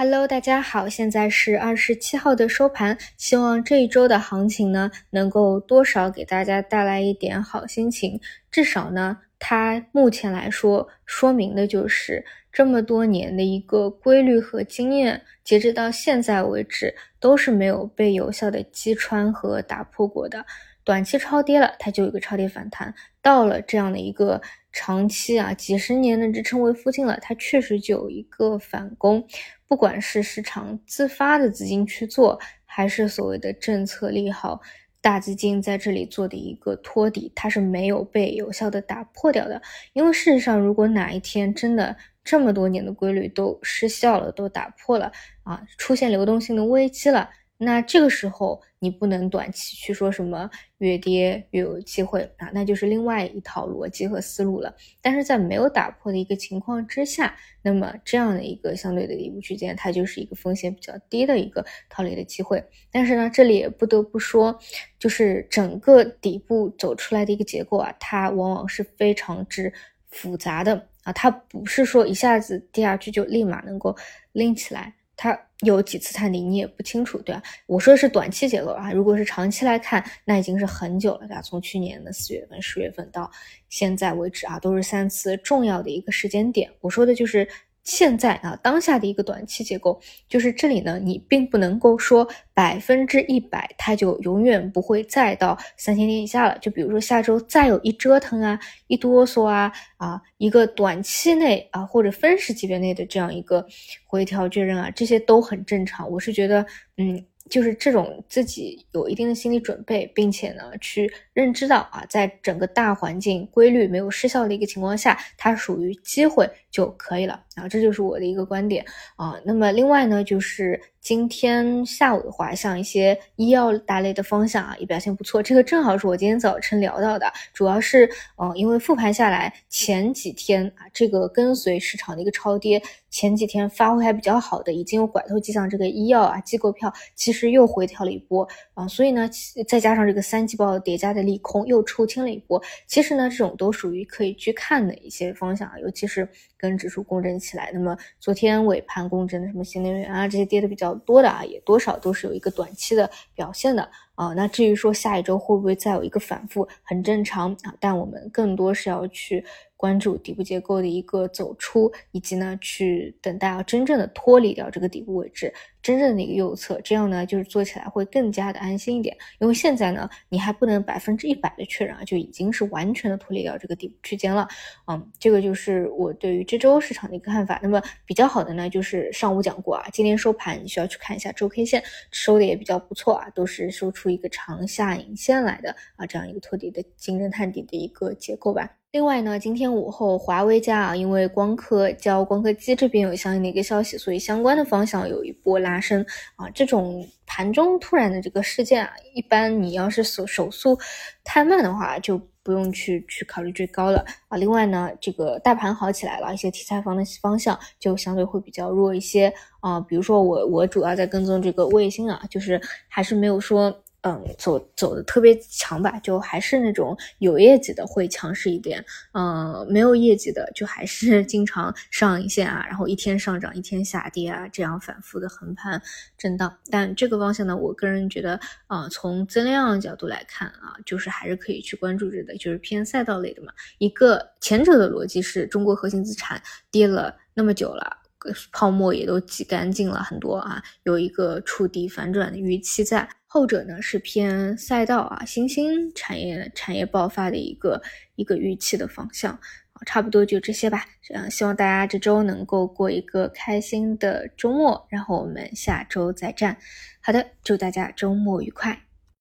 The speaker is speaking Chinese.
Hello， 大家好，现在是27号的收盘，希望这一周的行情呢，能够多少给大家带来一点好心情，至少呢，它目前来说，说明的就是这么多年的一个规律和经验，截止到现在为止，都是没有被有效的击穿和打破过的。短期超跌了，它就有一个超跌反弹，到了这样的一个长期几十年的支撑位附近了，它确实就有一个反攻。不管是市场自发的资金去做，还是所谓的政策利好，大资金在这里做的一个托底，它是没有被有效的打破掉的。因为事实上，如果哪一天真的这么多年的规律都失效了，都打破了出现流动性的危机了，那这个时候你不能短期去说什么越跌越有机会那就是另外一套逻辑和思路了。但是在没有打破的一个情况之下，那么这样的一个相对的底部区间，它就是一个风险比较低的一个套利的机会。但是呢，这里也不得不说，就是整个底部走出来的一个结构它往往是非常之复杂的它不是说一下子跌下去就立马能够拎起来，它有几次探底你也不清楚，对吧？我说的是短期结构如果是长期来看，那已经是很久了，对吧？从去年的4月份、10月份到现在为止都是3次重要的一个时间点。我说的就是现在当下的一个短期结构，就是这里呢，你并不能够说100%它就永远不会再到3000点以下了。就比如说下周再有一折腾一哆嗦一个短期内或者分时级别内的这样一个回调确认这些都很正常。我是觉得就是这种自己有一定的心理准备，并且呢去认知到在整个大环境规律没有失效的一个情况下，它属于机会就可以了这就是我的一个观点那么另外呢，就是今天下午的话，像一些医药大类的方向也表现不错，这个正好是我今天早晨聊到的，主要是因为复盘下来前几天这个跟随市场的一个超跌，前几天发挥还比较好的，已经有拐头迹象，这个医药机构票其实又回调了一波所以呢再加上这个3季报叠加的利空又出清了一波，其实呢这种都属于可以去看的一些方向尤其是跟指数共振起来。那么昨天尾盘共振的什么新能源这些跌的比较多的也多少都是有一个短期的表现的那至于说下一周会不会再有一个反复，很正常但我们更多是要去关注底部结构的一个走出，以及呢去等待真正的脱离掉这个底部位置，真正的一个右侧，这样呢就是做起来会更加的安心一点。因为现在呢你还不能100%的确认就已经是完全的脱离掉这个底部区间了这个就是我对于这周市场的一个看法。那么比较好的呢，就是上午讲过今天收盘你需要去看一下周 K 线，收的也比较不错都是收出一个长下影线来的这样一个托底的金针探底的一个结构吧。另外呢，今天午后华为家因为光刻胶、光刻机这边有相应的一个消息，所以相关的方向有一波拉升这种盘中突然的这个事件一般你要是手速太慢的话，就不用去考虑追高了另外呢，这个大盘好起来了，一些题材方向就相对会比较弱一些比如说我主要在跟踪这个卫星就是还是没有说走的特别强吧，就还是那种有业绩的会强势一点没有业绩的就还是经常上影线然后一天上涨一天下跌这样反复的横盘震荡。但这个方向呢，我个人觉得从增量角度来看就是还是可以去关注着的，就是偏赛道类的嘛。一个前者的逻辑是中国核心资产跌了那么久了，泡沫也都挤干净了很多有一个触底反转的预期在。后者呢是偏赛道新兴产业爆发的一个预期的方向差不多就这些吧希望大家这周能够过一个开心的周末，然后我们下周再战。好的，祝大家周末愉快。